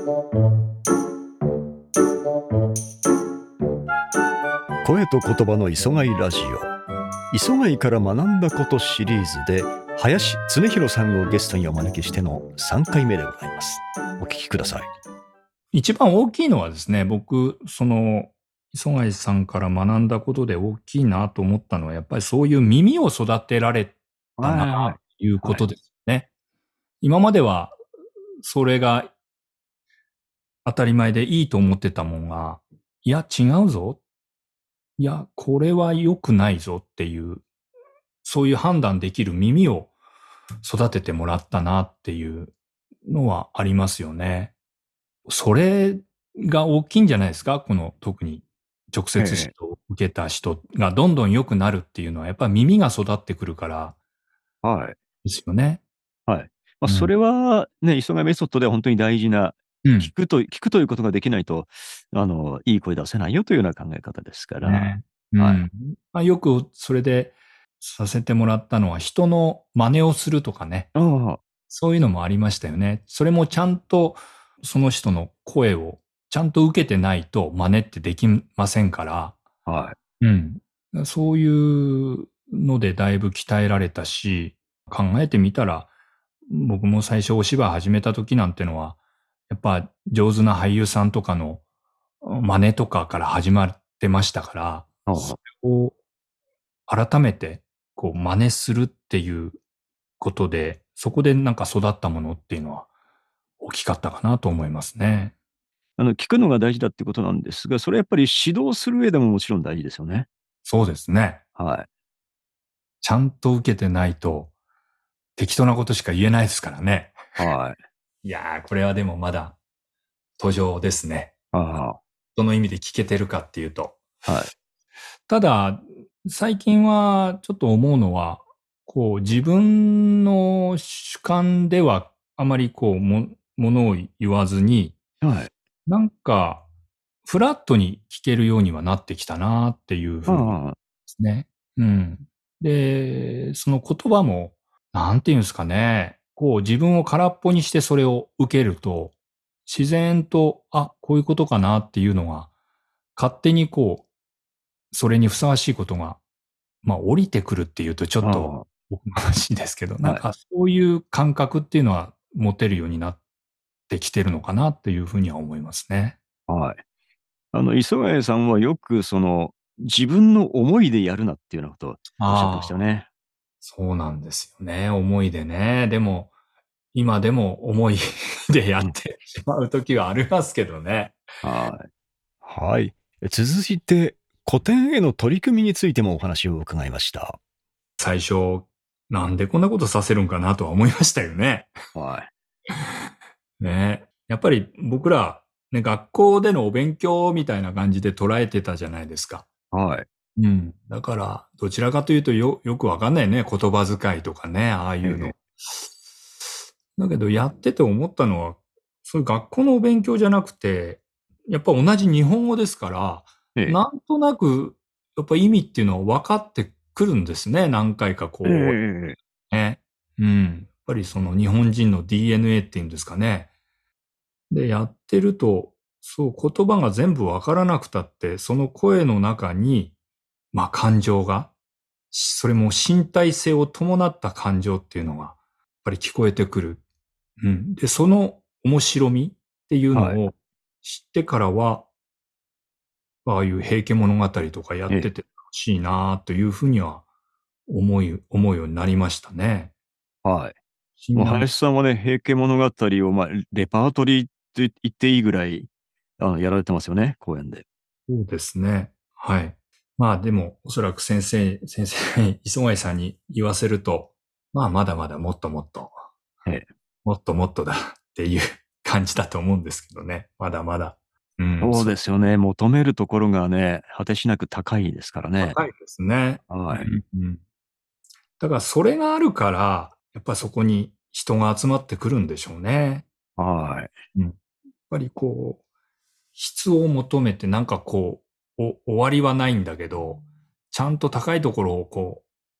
声と言葉の磯貝ラジオ、磯貝から学んだことシリーズで林恒弘さんをゲストにお招きしての3回目でございます。お聞きください。 一番大きいのはですね、僕、磯貝さんから学んだことで大きいなと思ったのは、やっぱりそういう耳を育てられたな、ということですね。今までは、それが当たり前でいいと思ってたもんが、いや、違うぞ。いや、これは良くないぞっていう、そういう判断できる耳を育ててもらったなっていうのはありますよね。それが大きいんじゃないですか？この特に直接指導を受けた人がどんどん良くなるっていうのはやっぱり耳が育ってくるからはい。 ですよね。 はい。そうん。 れはね、磯貝メソッドでは本当に大事な、 うん。 聞くということができないと、いい声出せないよというような考え方ですから。 ね。うはい。 ん。よくそれでさせてもらったのは人の真似をするとかね。 ああ、 そういうのもありましたよね。それもちゃんとその人の声をちゃんと受けてないと真似ってできませんから。 はい。 うん。そういうのでだいぶ鍛えられたし、考えてみたら、僕も最初お芝居始めた時なんてのは、やっぱ上手な俳優さんとかの真似とかから始まってましたから、そああ、 れを改めてこう真似するっていうことで、そこでなんか育ったものっていうのは大きかったかなと思いますね。 聞くのが大事だっていうことなんですが、それはやっぱり指導する上でももちろん大事ですよね。 そうですね。 はい。 ちゃんと受けてないと適当なことしか言えないですからね。 はい。 いやー、これはでもまだ途上ですね。 あどの意味で聞けてるかっていうと。 あ、はい。 ただ、最近はちょっと思うのは、こう自分の主観ではあまりものを言わずに、 はい。 なんか、フラットに聞けるようにはなってきたなっていうふうにでああ、 すね。うん。で、その言葉も、なんていうんですかね。こう自分を空っぽにしてそれを受けると、自然と、あ、こういうことかなっていうのが、勝手にそれにふさわしいことが、降りてくるっていうとちょっとあ僕の話ですけど、 あ、はい。 なんかそういう感覚っていうのは持てるようになってきてるのかなっていうふうには思いますね。 はい。磯貝さんはよく自分の思いでやるなっていうようなことをおっしゃってましたよああ、 ね。 そうなんですよね。思いでね。でも、今でも思いでやうん。 ってしまう時はありますけどね。 はい。はい。続いて、古典への取り組みについてもお話を伺いました。 最初、なんでこんなことさせるんかなとは思いましたよね。 はい。 ね。やっぱり僕ら、ね、学校でのお勉強みたいな感じで捉えてたじゃないですか。 はい。 うん。だから、どちらかというとよくわかんないね。言葉遣いとかね、ああいうの。 ええ、 だけど、やってて思ったのは、そういう学校のお勉強じゃなくて、やっぱ同じ日本語ですから、 ええ、 なんとなく、やっぱ意味っていうのは分かってくるんですね。何回かええ、 ね。うん。やっぱりその日本人の DNA っていうんですかね。で、やってると、そう、言葉が全部わからなくたって、その声の中に、感情が、それも身体性を伴った感情っていうのが、やっぱり聞こえてくる。うん。で、その面白みっていうはい。 のを知ってからは、ああいう平家物語とかやええ、 ってて楽しいなというふうには思うようになりましたね。 はい。もう不思議な、 林さんはね、平家物語を、レパートリーって言っていいぐらい、やられてますよね、公演で。 そうですね。はい。でも、おそらく先生、磯貝さんに言わせると、まだまだもっともっと、 ええ。 もっともっとだっていう感じだと思うんですけどね。まだまだ。うん、 そうですよね。求めるところがね、果てしなく高いですからね。 高いですね。うはい。 ん、うん。だからそれがあるから、やっぱそこに人が集まってくるんでしょうね。 はい。 うん。やっぱり質を求めて終わりはないんだけど、ちゃんと高いところを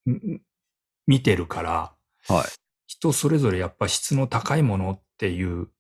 見てるから、 はい。 人それぞれやっぱ質の高いものっていう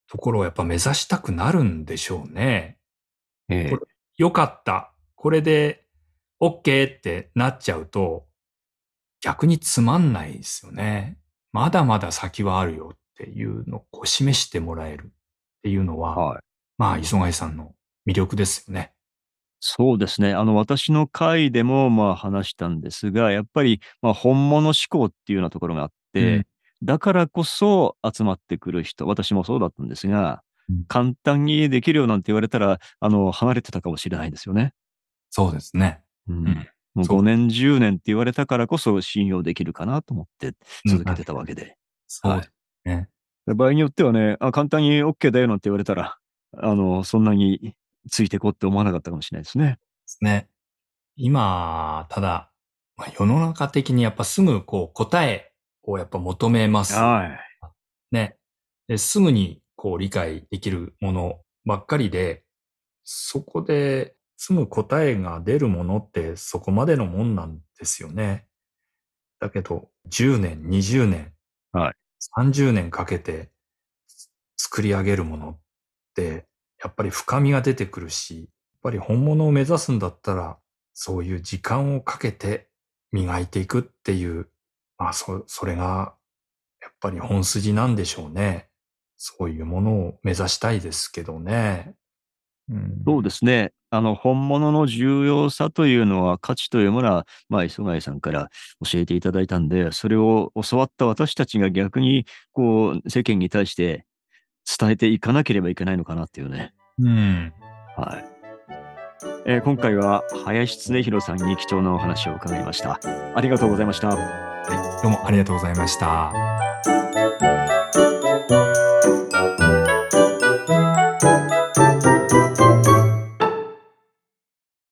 ところをやっぱ目指したくなるんでしょうね。これ、 ええ。 良かった。これでオッケーってなっちゃうと、逆につまんないですよね。まだまだ先はあるよっていうのをこう示してもらえるっていうのは、 はい。 まあ、磯貝さんの魅力ですよね。 そうですね。私の回でも、話したんですが、やっぱり、本物志向っていうようなところがあっうん。 て、だからこそ集まってくる人、私もそうだったんですが、 うん。 簡単にできるよなんて言われたら、離れてたかもしれないですよね。 そうですね。うん。 うん。もうそう。 5年、10年って言われたからこそ信用できるかなと思ってうん、 続けて確かに。 たわけで。 そうではい。 すね。 場合によってはね、簡単にオッケーだよなんて言われたら、そんなについてこうって思わなかったかもしれないですね。 ですね。今、ただ、世の中的にやっぱすぐこう答えをやっぱ求めます。 はい。 ね。で、すぐにこう理解できるものばっかりで、そこですぐ答えが出るものってそこまでのもんなんですよね。だけど、10年、20年、 はい。 30年かけて作り上げるものって、やっぱり深みが出てくるし、やっぱり本物を目指すんだったら、そういう時間をかけて磨いていくっていう、それがやっぱり本筋なんでしょうね。そういうものを目指したいですけどね。うん。 そうですね。本物の重要さというのは、価値というものは、磯貝さんから教えていただいたんで、それを教わった私たちが逆に、世間に対して伝えていかなければいけないのかなっていうね。 うん。 はい。今回は林恒弘さんに貴重なお話を伺いました。ありがとうございました。 はい、どうもありがとうございました。